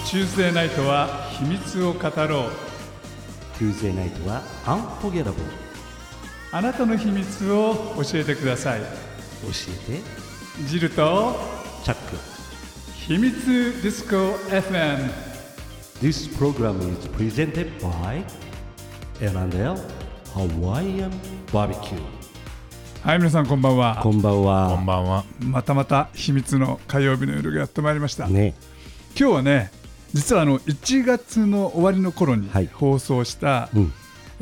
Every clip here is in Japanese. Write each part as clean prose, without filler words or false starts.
Tuesday ナイトは秘密を語ろう。 Tuesday ナイトは Unforgettable。 あなたの秘密を教えてください。 教えてジルとチャック。 秘密ディスコ FM。 This program is presented by L&L Hawaiian Barbecue。 はい、皆さんこんばんは。 こんばんは。 こんばんは。 また秘密の火曜日の夜がやってまいりました、 ね、 今日はね、実は1月の終わりの頃にはい放送した、 うん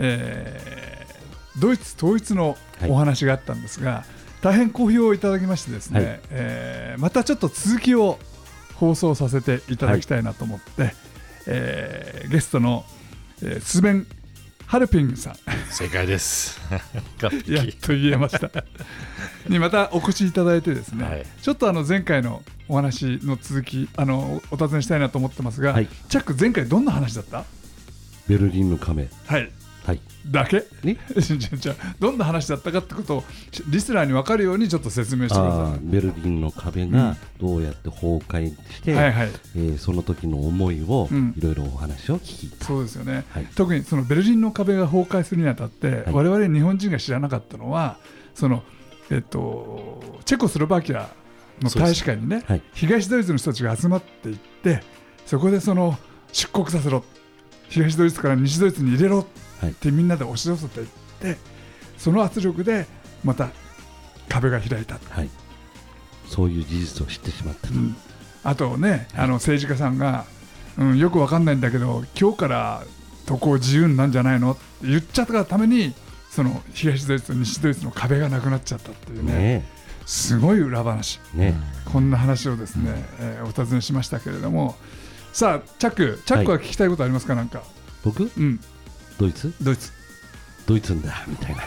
ドイツ統一のお話があったんですが、大変好評をいただきましてですね、またちょっと続きを放送させていただきたいなと思って、ゲストの、スベン・ハルピングさん正解ですやっと言えましたにまたお越しいただいてですね、 はい、 ちょっと前回のお話の続きお尋ねしたいなと思ってますが、 はい、 チャック前回どんな話だった？ ベルリンの壁、 はいはい、 だけねじゃあどんな話だったかってことをリスナーに分かるようにちょっと説明してください。 ベルリンの壁がどうやって崩壊して、 はいはい、 その時の思いをいろいろお話を聞きた、 そうですよね、 はい、 特にそのベルリンの壁が崩壊するにあたって、はい、我々日本人が知らなかったのはその、チェコスロバキアの大使館にね、はい、東ドイツの人たちが集まっていってそこでその出国させろ、東ドイツから西ドイツに入れろってみんなで押し寄せていって、その圧力でまた壁が開いた、 はい、そういう事実を知ってしまった、 あとね、政治家さんが、よくわかんないんだけど今日から渡航自由なんじゃないのって言っちゃったがためにその東ドイツと西ドイツの壁がなくなっちゃったっていう ね、すごい裏話、こんな話をですね、お尋ねしましたけれども、さあチャックは聞きたいことありますか？なんか僕、ドイツんだみたい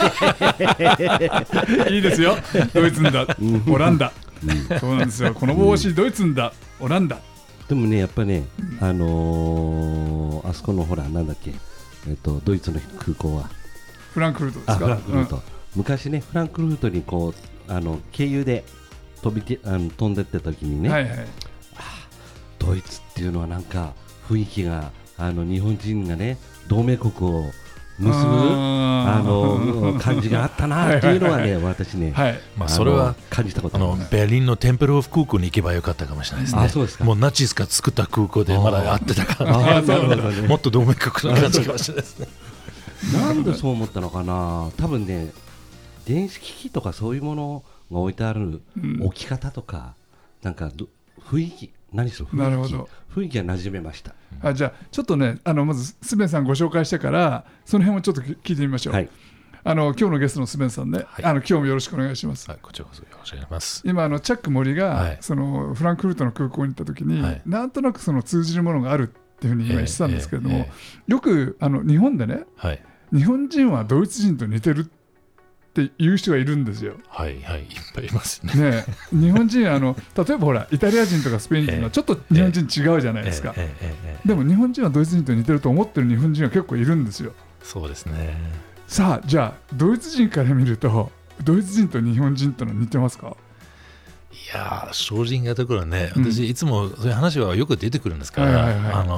ないいですよ、ドイツんだオランダ、そうなんですよ、この帽子、ドイツんだオランダ。 でもね、やっぱね、あそこのほらなんだっけ、ドイツの空港はフランクフルトですか？ フランクフルト、昔ねフランクフルトにこう経由で飛んでって時にね、ドイツっていうのはなんか雰囲気が日本人がね同盟国を結ぶ感じがあったなっていうのはね私ね、 それは感じたことあります。 ベルリンのテンプルホフ空港に行けばよかったかもしれないですね。 そうですか。 もうナチスが作った空港でまだやってたからもっと同盟国の感じかもしれないですねなんでそう思ったのかな。多分ね、電子機器とかそういうものが置いてある置き方とか、なんか雰囲気、何しろ雰囲気が馴染めました。 じゃあちょっとね、まずスベンさんご紹介してからその辺をちょっと聞いてみましょう。はい、今日のゲストのスベンさんね、今日もよろしくお願いします。 こちらこそよろしくお願いします。 今チャック森が、そのフランクフルトの空港に行った時に、なんとなくその通じるものがあるっていうふうに今言ってたんですけれども、よく日本でね、日本人はドイツ人と似てるっていう人がいるんですよ。 いっぱいいますね。 日本人例えばほらイタリア人とかスペイン人はちょっと日本人違うじゃないですか。でも日本人はドイツ人と似てると思ってる日本人は結構いるんですよ。 そうですね。 さあじゃあドイツ人から見るとドイツ人と日本人との似てますか？ いや正直なところね、私いつもそういう話はよく出てくるんですから、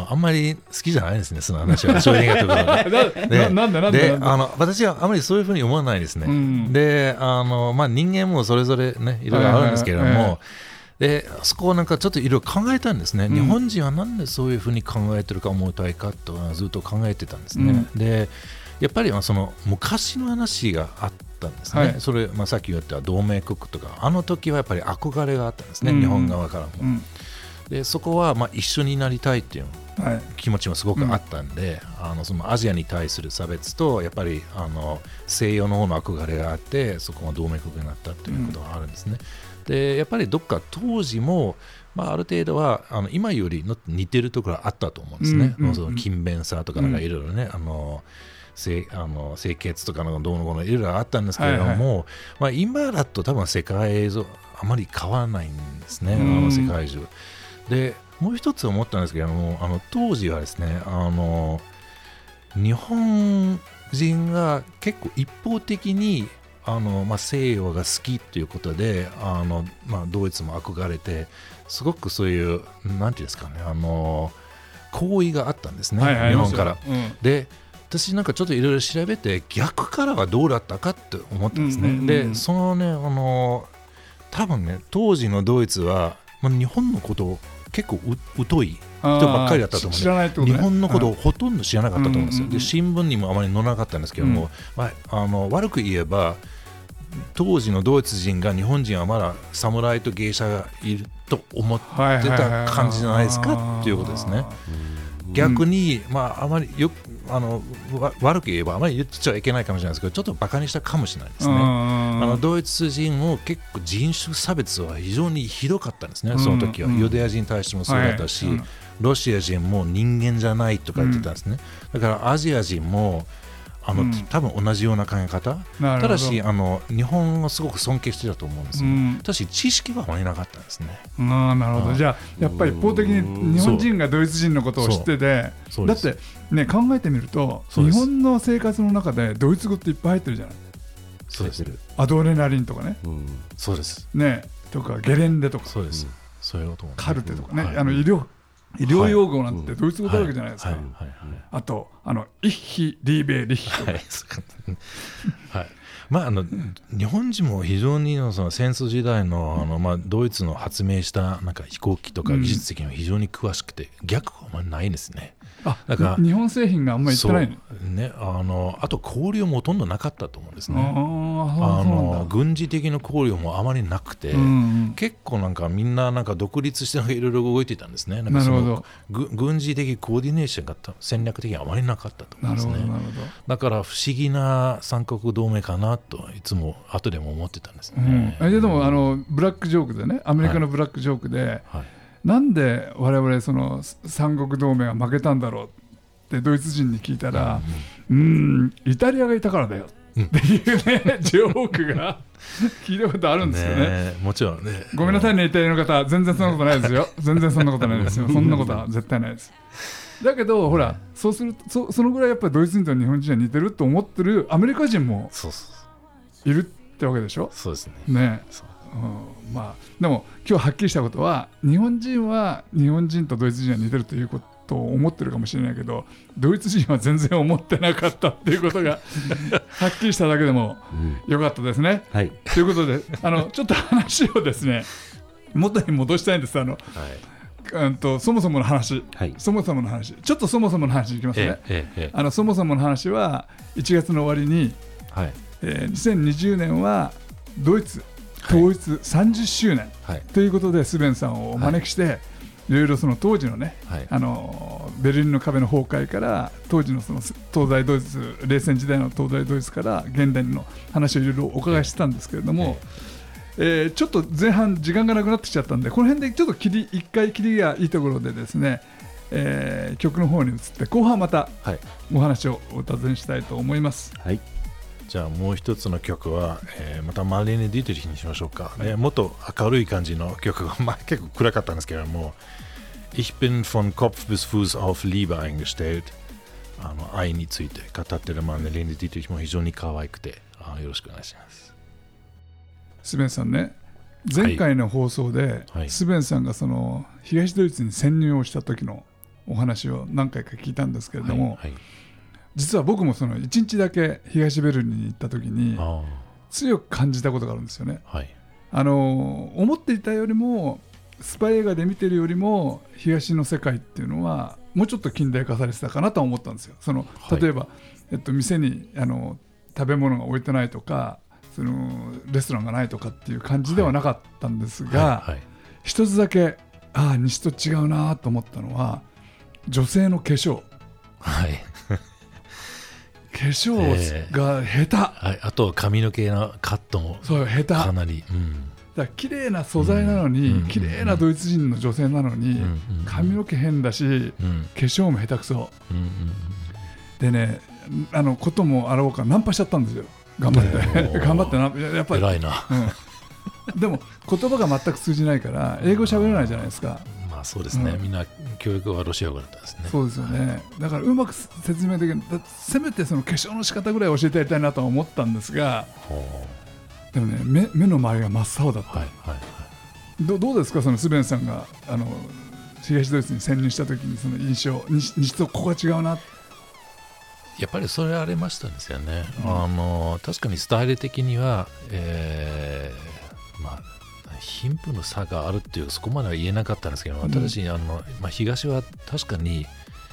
あんまり好きじゃないですね、その話は。正直なところでなんで私はあまりそういうふうに思わないですね。で人間もそれぞれねいろいろあるんですけれども、でそこをなんかちょっといろいろ考えたんですね。日本人はなんでそういうふうに考えてるか思いたいかとずっと考えてたんですね。でやっぱりその昔の話があったんですね。それさっき言った同盟国とか時はやっぱり憧れがあったんですね、日本側からも。でそこは一緒になりたいっていう気持ちもすごくあったんで、そのアジアに対する差別とやっぱり西洋の方の憧れがあって、そこが同盟国になったということがあるんですね。でやっぱりどっか当時もある程度は今よりの似てるところがあったと思うんですね。その勤勉さとかなんかいろいろね、清潔とかのどうのこうのいろいろあったんですけれども、今だと多分世界中あまり変わらないんですね、世界中で。もう一つ思ったんですけれども、当時はですね、日本人が結構一方的に西洋が好きということでドイツも憧れてすごくそういうなんていうんですかね好意があったんですね、日本から、で私なんかちょっといろいろ調べて逆からはどうだったかって思ったんですね、でそのね多分ね当時のドイツは、日本のことを結構疎い人ばっかりだったと思うんで、日本のことをほとんど知らなかったと思うんですよ、で新聞にもあまり載らなかったんですけども、悪く言えば当時のドイツ人が日本人はまだ侍と芸者がいると思ってた感じじゃないですかっていうことですね。逆に、あまり悪く言えばあまり言っちゃいけないかもしれないですけどちょっとバカにしたかもしれないですね。ドイツ人も結構人種差別は非常にひどかったんですね、その時は。ユダヤ人に対してもそうだったし、ロシア人も人間じゃないとか言ってたんですね、だからアジア人も多分同じような考え方、ただし日本をすごく尊敬してたと思うんですよ、ただし知識はあまりなかったんですね。 なるほど、じゃあやっぱり一方的に日本人がドイツ人のことを知ってて、だってね考えてみると日本の生活の中でドイツ語っていっぱい入ってるじゃない。 そうです。 アドレナリンとかね、 そうですね、とかゲレンデとか、 そうです、そういうこともカルテとかね、医療用語なんてドイツ語だらけじゃないですか。あとイッヒリーベリッヒとか、 日本人も非常にその戦争時代のドイツの発明したなんか飛行機とか技術的には非常に詳しくて、逆はあんまりないんですね。 だから日本製品があんまり言ってないのね、あと交流もほとんどなかったと思うんですね。軍事的な交流もあまりなくて、結構なんかみんななんか独立していろいろ動いていたんですね。なんかその軍事的コーディネーションが戦略的にあまりなかったと思うんですね。だから不思議な三国同盟かなといつも後でも思ってたんですね。 でもブラックジョークでね、アメリカのブラックジョークで、なんで我々その三国同盟が負けたんだろうってドイツ人に聞いたら、イタリアがいたからだよっていうね、ジョークが聞いたことあるんですよね。 もちろんね。 ごめんなさいね、イタリアの方、全然そんなことないですよ。全然そんなことないですよ。そんなことは絶対ないです。だけどほら、そうするとそのぐらいやっぱりドイツ人と日本人は似てると思ってるアメリカ人もいるってわけでしょ。 そうですね。 でも今日はっきりしたことは、日本人は日本人とドイツ人は似てるということを思ってるかもしれないけど、ドイツ人は全然思ってなかったっていうことがはっきりしただけでもよかったですね。ということでちょっと話をですね元に戻したいんです。そもそもの話、ちょっとそもそもの話いきますね。そもそもの話は1月の終わりに、2020年はドイツ統一30周年ということでスベンさんをお招きして、いろいろその当時のね、ベルリンの壁の崩壊から当時のその東西ドイツ、冷戦時代の東西ドイツから現代の話をいろいろお伺いしてたんですけれども、ちょっと前半時間がなくなってきちゃったんで、この辺でちょっと一回切りがいいところでですね、曲の方に移って後半またお話をお尋ねしたいと思います。 じゃあもう一つの曲は、またマーレーネ・ディートリヒにしましょうか。もっと明るい感じの曲が、結構暗かったんですけれども、Ich bin von Kopf bis Fuß auf Liebe eingestellt。愛について語っているマーレーネ・ディートリヒも非常に可愛くて、よろしくお願いします。 スベンさんね、前回の放送で、スベンさんがその東ドイツに潜入をした時のお話を何回か聞いたんですけれども、実は僕もその1日だけ東ベルリンに行った時に強く感じたことがあるんですよね。思っていたよりもスパイ映画で見てるよりも東の世界っていうのはもうちょっと近代化されてたかなとは思ったんですよ。その例えば、店に食べ物が置いてないとか、そのレストランがないとかっていう感じではなかったんですが、一つだけ西と違うなと思ったのは女性の化粧。化粧が下手、 あと髪の毛のカットもかなりだ綺麗な素材なのに、綺麗なドイツ人の女性なのに、髪の毛変だし、化粧も下手くそ、でね、こともあろうかナンパしちゃったんですよ。頑張って頑張ってやっぱり偉いな、 でも言葉が全く通じないから英語喋れないじゃないですか。 そうですね、みんな教育はロシア語だったんですね。 そうですよね、だからうまく説明できる、せめてその化粧の仕方ぐらい教えてやりたいなとは思ったんですが、でもね、目の周りが真っ青だった、どうですか、そのスベンさんが東ドイツに潜入した時にその印象、西とここが違うな。 やっぱりそれありましたんですよね、確かにスタイル的には、貧富の差があるっていうそこまでは言えなかったんですけど、ただし東は確かに、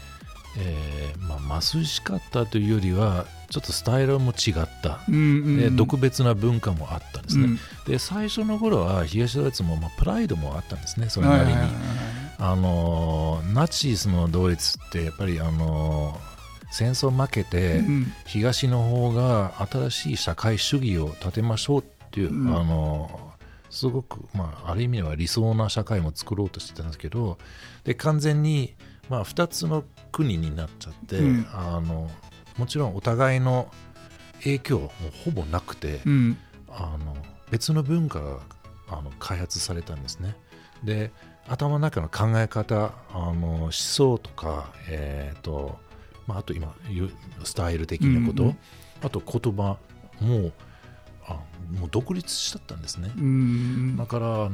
貧しかったというよりはちょっとスタイルも違った、で特別な文化もあったんですね、で最初の頃は東ドイツもプライドもあったんですね、それなりに、ナチスのドイツってやっぱり戦争負けて、東の方が新しい社会主義を立てましょうっていう、すごく、ある意味では理想な社会も作ろうとしてたんですけど、で完全に、2つの国になっちゃって、もちろんお互いの影響もほぼなくて、別の文化が開発されたんですね。で頭の中の考え方、思想とか、あと今言うスタイル的なこと、あと言葉もう独立しちゃったんですね。だから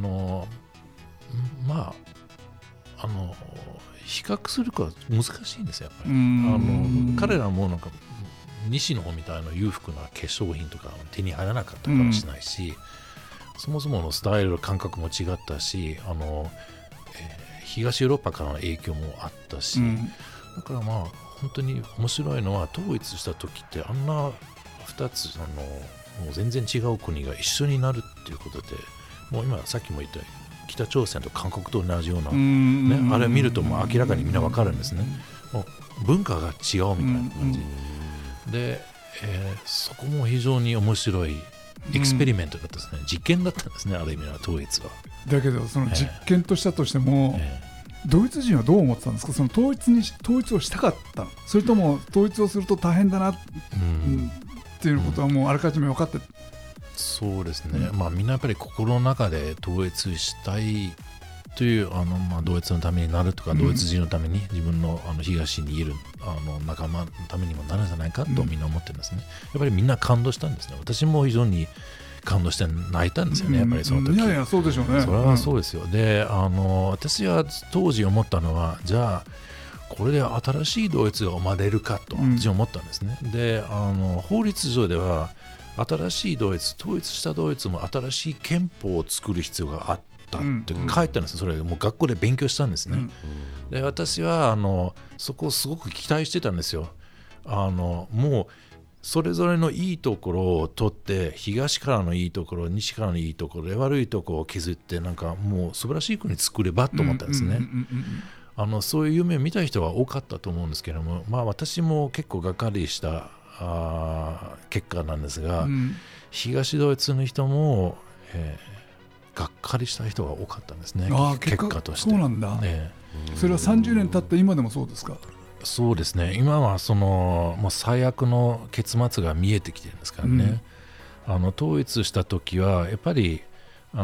比較するかは難しいんですよ、やっぱり。彼らもなんか西の方みたいな裕福な化粧品とか手に入らなかったかもしれないし、そもそものスタイルの感覚も違ったし、東ヨーロッパからの影響もあったし、だから本当に面白いのは統一した時ってあんな2つもう全然違う国が一緒になるっていうことで、もう今さっきも言った北朝鮮と韓国と同じような、あれ見るともう明らかにみんな分かるんですね。もう文化が違うみたいな感じで、そこも非常に面白いエクスペリメントだったですね、実験だったんですね、ある意味では統一は。 だけどその実験としたとしても、ドイツ人はどう思ってたんですか、その統一をしたかったの、それとも統一をすると大変だなっていうことはもうあらかじめ分かって、 そうですね、みんなやっぱり心の中で統一したいというドイツのためになるとか、ドイツ人のために自分の東にいる仲間のためにもなるんじゃないかとみんな思ってるんですね。やっぱりみんな感動したんですね。私も非常に感動して泣いたんですよね、やっぱりその時。 いやそうでしょうね。 それはそうですよ。で私は当時思ったのは、じゃあこれで新しいドイツが生まれるかと私は思ったんですね。で法律上では新しいドイツ、統一したドイツも新しい憲法を作る必要があったって書いてあるんです。それもう学校で勉強したんですね。で私はそこをすごく期待してたんですよ。もうそれぞれのいいところを取って、東からのいいところ、西からのいいところで悪いところを削って、なんかもう素晴らしい国作ればと思ったんですね。そういう夢を見た人は多かったと思うんですけども、私も結構がっかりした結果なんですが、東ドイツの人も、がっかりした人が多かったんですね、結果として。 そうなんだ、それは30年経った今でもそうですか。 そうですね、今はもう最悪の結末が見えてきてるんですからね。統一した時はやっぱりあ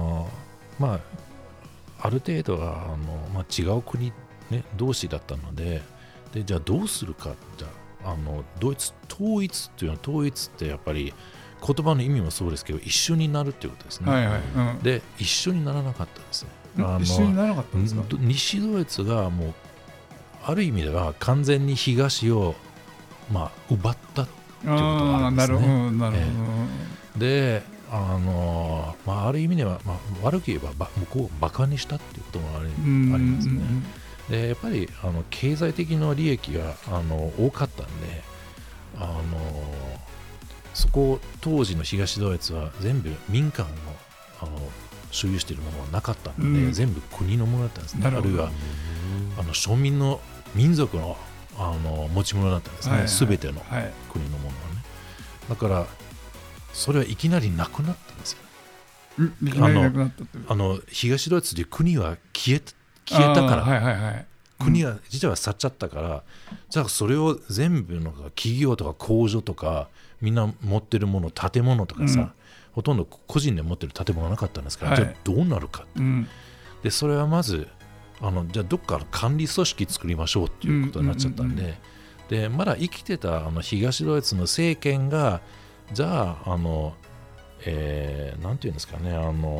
る程度は違う国、同士だったので、じゃあどうするか。じゃあドイツ統一っていうのは、統一ってやっぱり言葉の意味もそうですけど、一緒になるっていうことですね。で一緒にならなかったんですね。 一緒にならなかったんですか。 西ドイツがもうある意味では完全に東を奪ったっていうことがあるんですね。である意味では、悪く言えば向こうをバカにしたっていうこともありますね。でやっぱり経済的な利益が多かったんで、そこ当時の東ドイツは全部民間の所有しているものはなかったので、全部国のものだったんですね。あるいは庶民の民族の持ち物だったんですね、すべての国のものはね。だからそれはいきなりなくなったんですよ。東ドイツで国は消えたから、国は実は去っちゃったから、じゃあそれを全部の企業とか工場とかみんな持ってるもの、建物とかさ、ほとんど個人で持ってる建物なかったんですから、じゃあどうなるかって、でそれはまずじゃあどっか管理組織作りましょうっていうことになっちゃったんで、でまだ生きてた東ドイツの政権がじゃあなんていうんですかね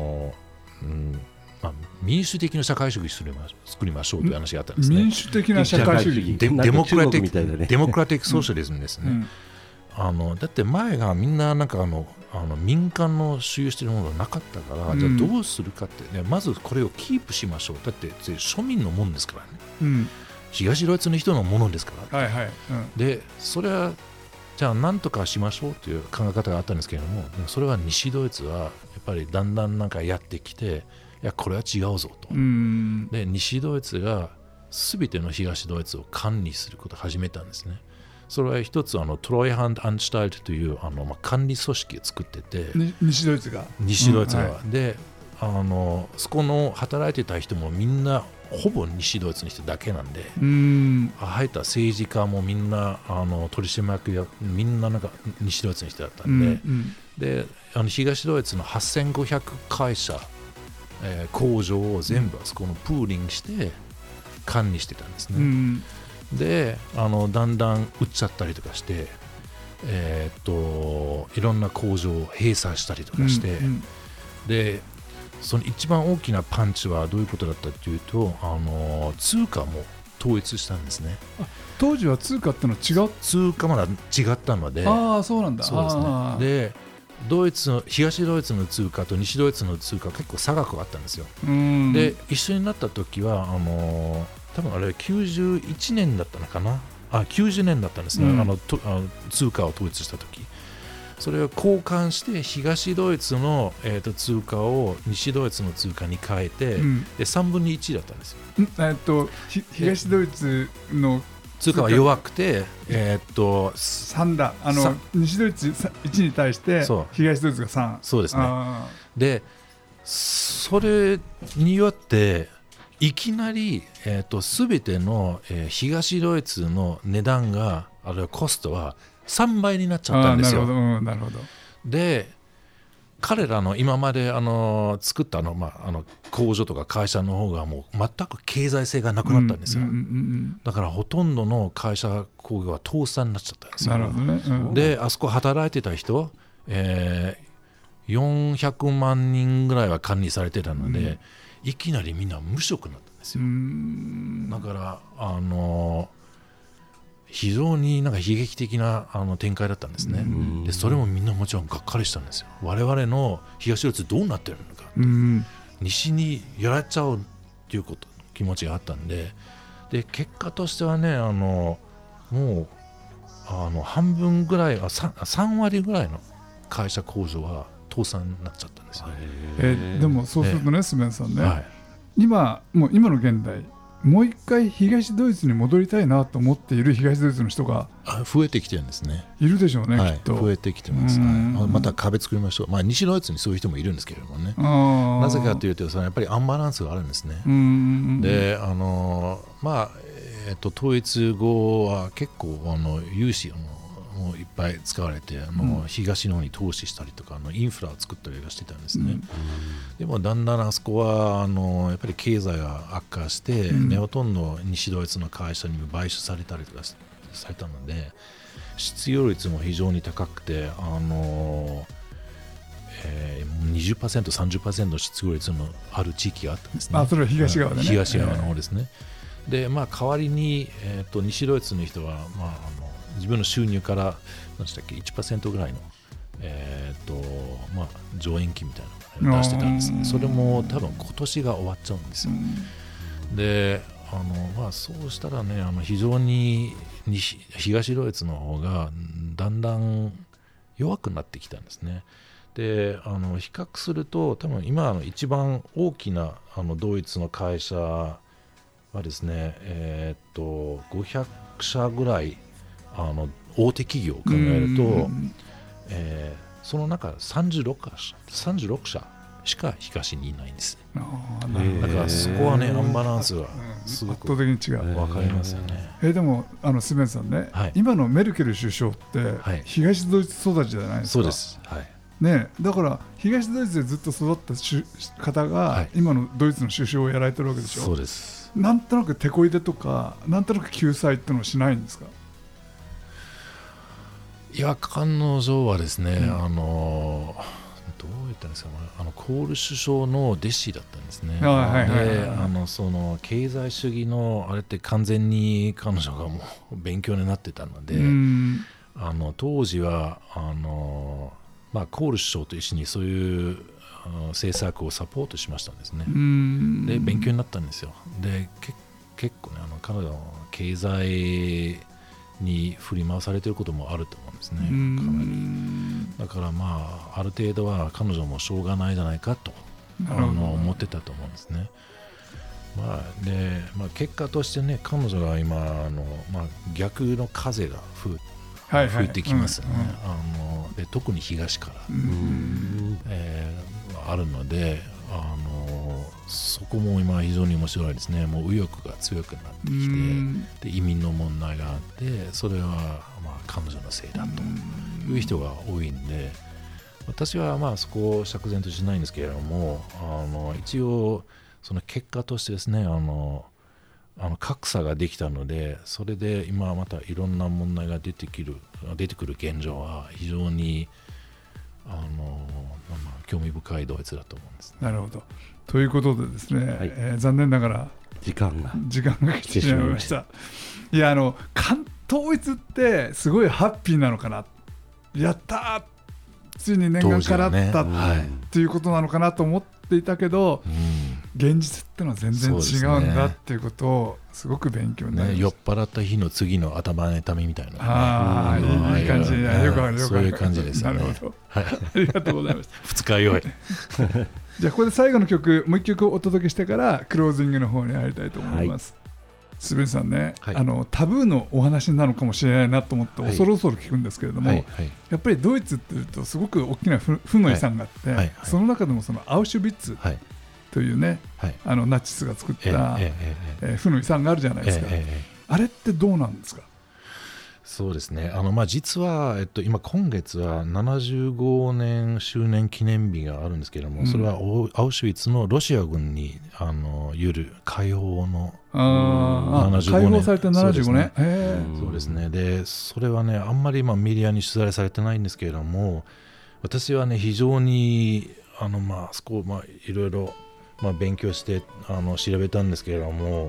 民主的な社会主義作りましょうという話があったんですね。 民主的な社会主義、 デモクラティックソーシャリズムですね。だって前がみんななんか民間の所有しているものがなかったから、じゃあどうするかって、ね、まずこれをキープしましょう。だって庶民のものですからね、東ドイツの人のものですから、でそれはじゃあ何とかしましょうという考え方があったんですけれども、それは西ドイツはやっぱりだんだんなんかやってきて、いやこれは違うぞと、で西ドイツが全ての東ドイツを管理することを始めたんですね。それは一つトロイハンド・アンシュタイルという管理組織を作ってて、 西ドイツがでそこの働いてた人もみんなほぼ西ドイツの人だけなんで、入った政治家もみんな取締役やみんななんか西ドイツの人だったんで、で東ドイツの8500会社、工場を全部そこのプーリングして管理してたんですね。でだんだん売っちゃったりとかして、いろんな工場を閉鎖したりとかして、でその一番大きなパンチはどういうことだったというと、通貨も統一したんですね。 当時は通貨ってのは通貨まだ違ったので、 そうなんだ。 そうですね。で東ドイツの通貨と西ドイツの通貨結構差額があったんですよ。で一緒になった時は多分あれ91年だったのかな、90年だったんですね、通貨を統一した時。それを交換して東ドイツの、通貨を西ドイツの通貨に変えて、で3分の1だったんですよ。 東ドイツの通貨は弱くて、 3だ。西ドイツ1に対して東ドイツが3。 そうですね。でそれによっていきなり、全ての、東ドイツの値段があるいはコストは3倍になっちゃったんですよ。 なるほど。で彼らの今まで作った工場とか会社の方がもう全く経済性がなくなったんですよ。だからほとんどの会社工業は倒産になっちゃったんですよ。 なるほどね。 であそこ働いてた人、400万人ぐらいは管理されてたので、いきなりみんな無職になったんですよ。だから非常になんか悲劇的な展開だったんですね。でそれもみんなもちろんがっかりしたんですよ。我々の東ドイツどうなってるのかって、西にやられちゃうっていう気持ちがあったんで、結果としてはねもう半分ぐらい3割ぐらいの会社工場は倒産になっちゃったんですよ。 でもそうするとね、スベンさんね、今の現代もう一回東ドイツに戻りたいなと思っている東ドイツの人が増えてきてるんですね。 いるでしょうね、きっと。 増えてきてます。また壁作りましょう。西ドイツにそういう人もいるんですけれどもね。なぜかというとやっぱりアンバランスがあるんですね。で統一後は結構融資もいっぱい使われて東の方に投資したりとかインフラを作ったりしてたんですね。でもだんだんあそこはやっぱり経済が悪化して、ほとんど西ドイツの会社にも買収されたりとかされたので、失業率も非常に高くて20%、30% の失業率のある地域があったんですね。 それは東側でね。 東側の方ですね。で代わりに、西ドイツの人は、自分の収入から何でしたっけ 1% ぐらいの、上延金みたいなのを出してたんですね。それも多分今年が終わっちゃうんですよ。でそうしたらね非常に東ドイツの方がだんだん弱くなってきたんですね。で比較すると多分今一番大きなドイツの会社はですね、500社ぐらい大手企業を考えると、その中36社しか東にいないんです。だからそこはねアンバランスがすごく圧倒的に違う。 分かりますよね。 でもスベンさんね、今のメルケル首相って東ドイツ育ちじゃないですか。 そうです。 ね、だから東ドイツでずっと育った方が今のドイツの首相をやられてるわけでしょ。 そうです。 なんとなくテこ入れとかなんとなく救済ってのをしないんですか？ いや、彼女はですね、どう言ったんですか、コール首相の弟子だったんですね。で、その経済主義のあれって完全に彼女がもう勉強になってたので、当時はコール首相と一緒にそういう政策をサポートしましたんですね。で、勉強になったんですよ。で、結構ね、彼女の経済に振り回されていることもあると思うんですね。かなり。だからある程度は彼女もしょうがないじゃないかと思ってたと思うんですね。で、結果としてね、彼女が今逆の風が吹いてきますよね。で、特に東から、あるので、そこも今非常に面白いですね。もう右翼が強くなってきて、で移民の問題があって、それは彼女のせいだという人が多いんで、私はそこを釈然としないんですけれども、一応その結果としてですね、格差ができたので、それで今またいろんな問題が出てくる現状は非常に興味深いドイツだと思うんです、ね。 なるほど。ということでですね、残念ながら時間が来てしまいました。いや、関統一ってすごいハッピーなのかな、やったー、ついに念願かなったっていうことなのかなと思っていたけど、現実ってのは全然違うんだっていうことをすごく勉強になりました。 酔っ払った日の次の頭の痛みみたいな、 いい感じ、よくある、 そういう感じですよね。 なるほど、ありがとうございました。 二日酔い。 じゃあここで最後の曲、もう一曲お届けしてからクロージングの方に入りたいと思います。スベンさんね、タブーのお話なのかもしれないなと思って恐る恐る聞くんですけれども、やっぱりドイツっていうとすごく大きな負の遺産があって、その中でもそのアウシュビッツというね、ナチスが作った負の遺産があるじゃないですか。あれってどうなんですか？ そうですね、実は、今月は75年周年記念日があるんですけれども、それはアウシュビッツのロシア軍による解放の75年、 解放されて75年、 そうですね。で、それはね、あんまりメディアに取材されてないんですけれども、私はね、非常にそこをいろいろ勉強して調べたんですけれども、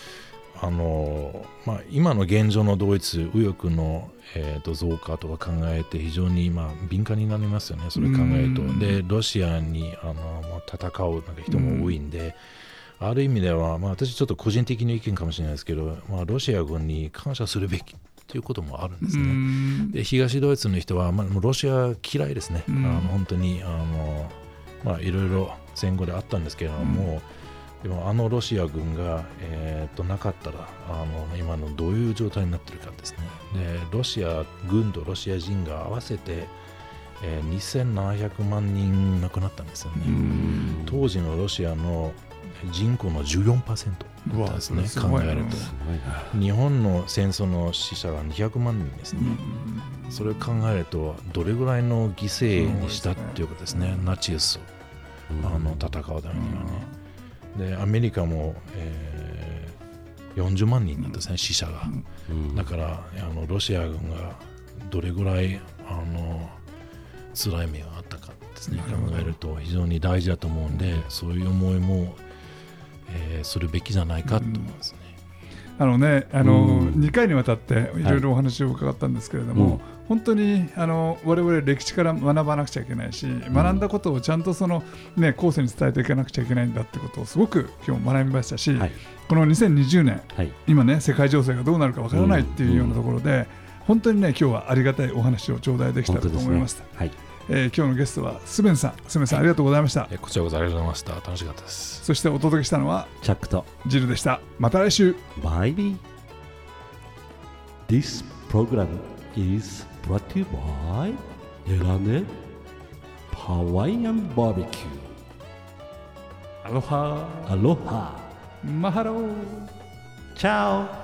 今の現状のドイツ、右翼の、増加とか考えて非常に敏感になりますよね、それ考えると。で、ロシアに戦う人も多いんで、ある意味では、私ちょっと個人的な意見かもしれないですけど、ロシア軍に感謝するべきということもあるんですね。で、東ドイツの人は、ロシア嫌いですね。本当にいろいろ戦後であったんですけれども、でもロシア軍が、なかったら今のどういう状態になっているかですね。で、ロシア軍とロシア人が合わせて、2700万人亡くなったんですよね。当時のロシアの人口の 14% だったんですね、考えると。日本の戦争の死者は200万人ですね。それを考えるとどれぐらいの犠牲にしたっていうことですね、ナチスと戦うためにはね。で、アメリカも、40万人なんですね、死者が。だからロシア軍がどれぐらい辛い目があったかですね、考えると非常に大事だと思うんで、そういう思いも、するべきじゃないかと思いますね。 2回にわたっていろいろお話を伺ったんですけれども、本当に我々歴史から学ばなくちゃいけないし、学んだことをちゃんと後世に伝えていかなくちゃいけないんだってことをすごく今日学びましたし、この2020年、今ね、世界情勢がどうなるかわからないっていうようなところで、本当にね、今日はありがたいお話を頂戴できたと思いました。今日のゲストはスベンさん、ありがとうございました。 こちらこそありがとうございました。楽しかったです。 そしてお届けしたのはチャックとジルでした。また来週。 バイビー。This program is brought to you by エラネハワイアンバーベキュー。 アロハ。 アロハ。 マハロー。 チャオ。